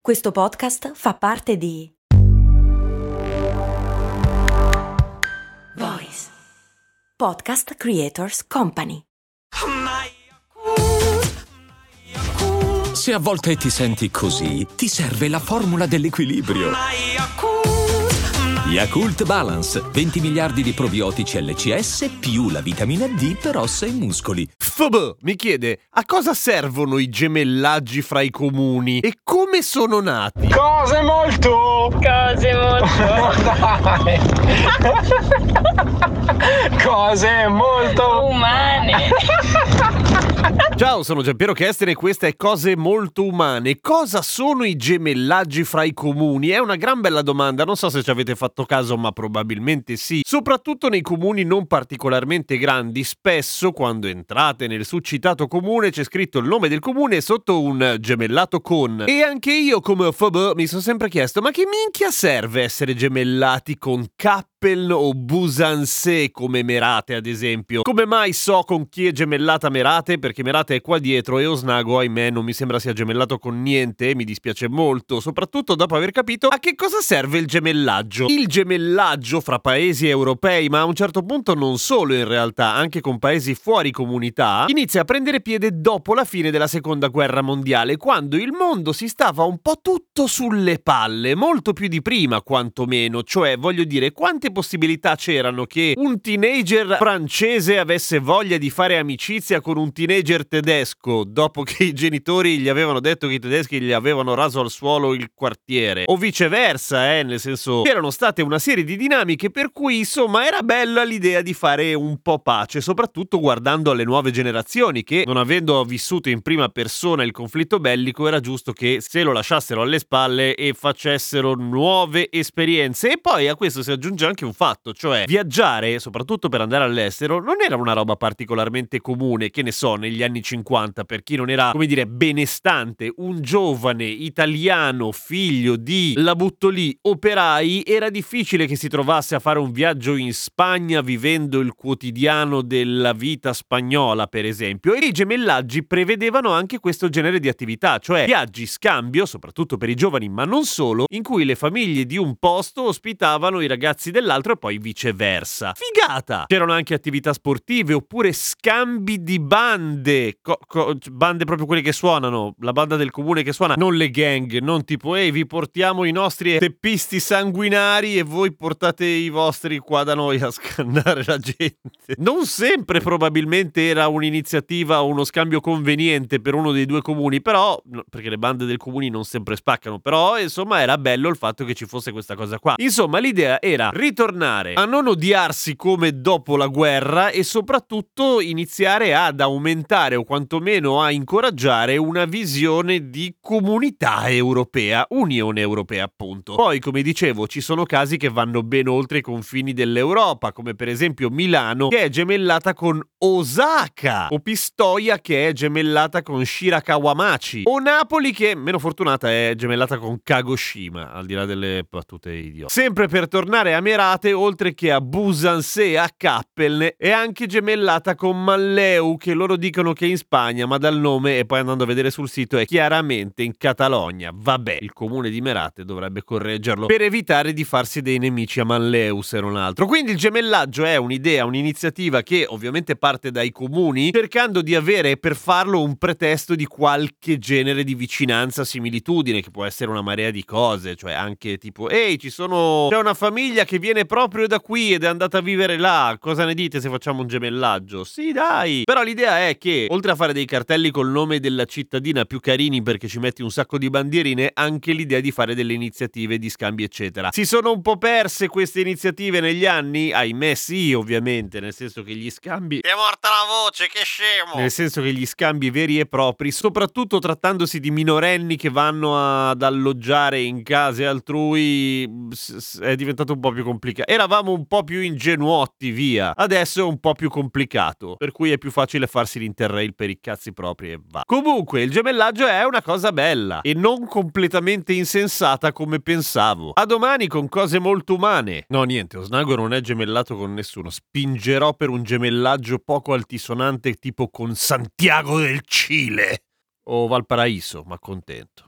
Questo podcast fa parte di Voice Podcast Creators Company. Se a volte ti senti così, ti serve la formula dell'equilibrio. Yakult Balance, 20 miliardi di probiotici LCS più la vitamina D per ossa e muscoli. FB mi chiede a cosa servono i gemellaggi fra i comuni e come sono nati. Cose molto Dai. Cose molto umane. Ciao, sono Giampiero Kesten e questa è Cose Molto Umane. Cosa sono i gemellaggi fra i comuni? È una gran bella domanda, non so se ci avete fatto caso, ma probabilmente sì. Soprattutto nei comuni non particolarmente grandi, spesso quando entrate nel succitato comune c'è scritto il nome del comune sotto un gemellato con. E anche io come FB mi sono sempre chiesto, ma che minchia serve essere gemellati con Kappeln o Busançais come Merate ad esempio? Come mai so con chi è gemellata Merate? Perché Merate è qua dietro e Osnago, ahimè, non mi sembra sia gemellato con niente, mi dispiace molto, soprattutto dopo aver capito a che cosa serve il gemellaggio. Il gemellaggio fra paesi europei, ma a un certo punto non solo in realtà, anche con paesi fuori comunità, inizia a prendere piede dopo la fine della seconda guerra mondiale, quando il mondo si stava un po' tutto sulle palle, molto più di prima quantomeno, cioè voglio dire quante possibilità c'erano che un teenager francese avesse voglia di fare amicizia con un teenager tedesco dopo che i genitori gli avevano detto che i tedeschi gli avevano raso al suolo il quartiere, o viceversa, nel senso c'erano state una serie di dinamiche per cui insomma era bella l'idea di fare un po' pace, soprattutto guardando alle nuove generazioni che, non avendo vissuto in prima persona il conflitto bellico, era giusto che se lo lasciassero alle spalle e facessero nuove esperienze. E poi a questo si aggiunge anche un fatto, cioè viaggiare, soprattutto per andare all'estero, non era una roba particolarmente comune, che ne so, negli anni 50, per chi non era, come dire, benestante. Un giovane italiano figlio di, la butto lì, operai, era difficile che si trovasse a fare un viaggio in Spagna vivendo il quotidiano della vita spagnola, per esempio, e i gemellaggi prevedevano anche questo genere di attività, cioè viaggi scambio, soprattutto per i giovani, ma non solo, in cui le famiglie di un posto ospitavano i ragazzi dell'altro e poi viceversa. Figata! C'erano anche attività sportive oppure scambi di bande, bande proprio quelle che suonano, la banda del comune che suona, non le gang, non tipo vi portiamo i nostri teppisti sanguinari e voi portate i vostri qua da noi a scannare la gente. Non sempre probabilmente era un'iniziativa o uno scambio conveniente per uno dei due comuni, però, perché le bande del comune non sempre spaccano, però insomma era bello il fatto che ci fosse questa cosa qua. Insomma l'idea era ritornare a non odiarsi come dopo la guerra e soprattutto iniziare ad aumentare o quantomeno a incoraggiare una visione di comunità europea, Unione Europea appunto. Poi, come dicevo, ci sono casi che vanno ben oltre i confini dell'Europa, come per esempio Milano che è gemellata con Osaka, o Pistoia che è gemellata con Shirakawamachi, o Napoli che, meno fortunata, è gemellata con Kagoshima, al di là delle battute idiote. Sempre per tornare a Merate, oltre che a Busançais e a Kappeln, è anche gemellata con Manlleu, che loro dicono che è in Spagna, ma dal nome e poi andando a vedere sul sito è chiaramente in Catalogna. Vabbè, il comune di Merate dovrebbe correggerlo per evitare di farsi dei nemici a Manlleu, se non altro. Quindi il gemellaggio è un'idea, un'iniziativa che ovviamente parte dai comuni, cercando di avere per farlo un pretesto di qualche genere di vicinanza, similitudine, che può essere una marea di cose, cioè anche tipo c'è una famiglia che viene proprio da qui ed è andata a vivere là, cosa ne dite se facciamo un gemellaggio? Sì, dai! Però l'idea è che, oltre a fare dei cartelli col nome della cittadina più carini perché ci metti un sacco di bandierine, anche l'idea di fare delle iniziative di scambi eccetera. Si sono un po' perse queste iniziative negli anni? Ahimè sì, ovviamente, nel senso che gli scambi... Ti è morta la voce, che scemo! Nel senso che gli scambi veri e propri, soprattutto trattandosi di minorenni che vanno ad alloggiare in case altrui, è diventato un po' più complicato. Eravamo un po' più ingenuotti, via. Adesso è un po' più complicato, per cui è più facile farsi l'Interrail per i cazzi propri e va. Comunque, il gemellaggio è una cosa bella e non completamente insensata come pensavo. A domani con Cose Molto Umane. No, niente, Osnago non è gemellato con nessuno. Spingerò per un gemellaggio poco altisonante tipo con Santiago del Cile o Valparaíso, ma contento.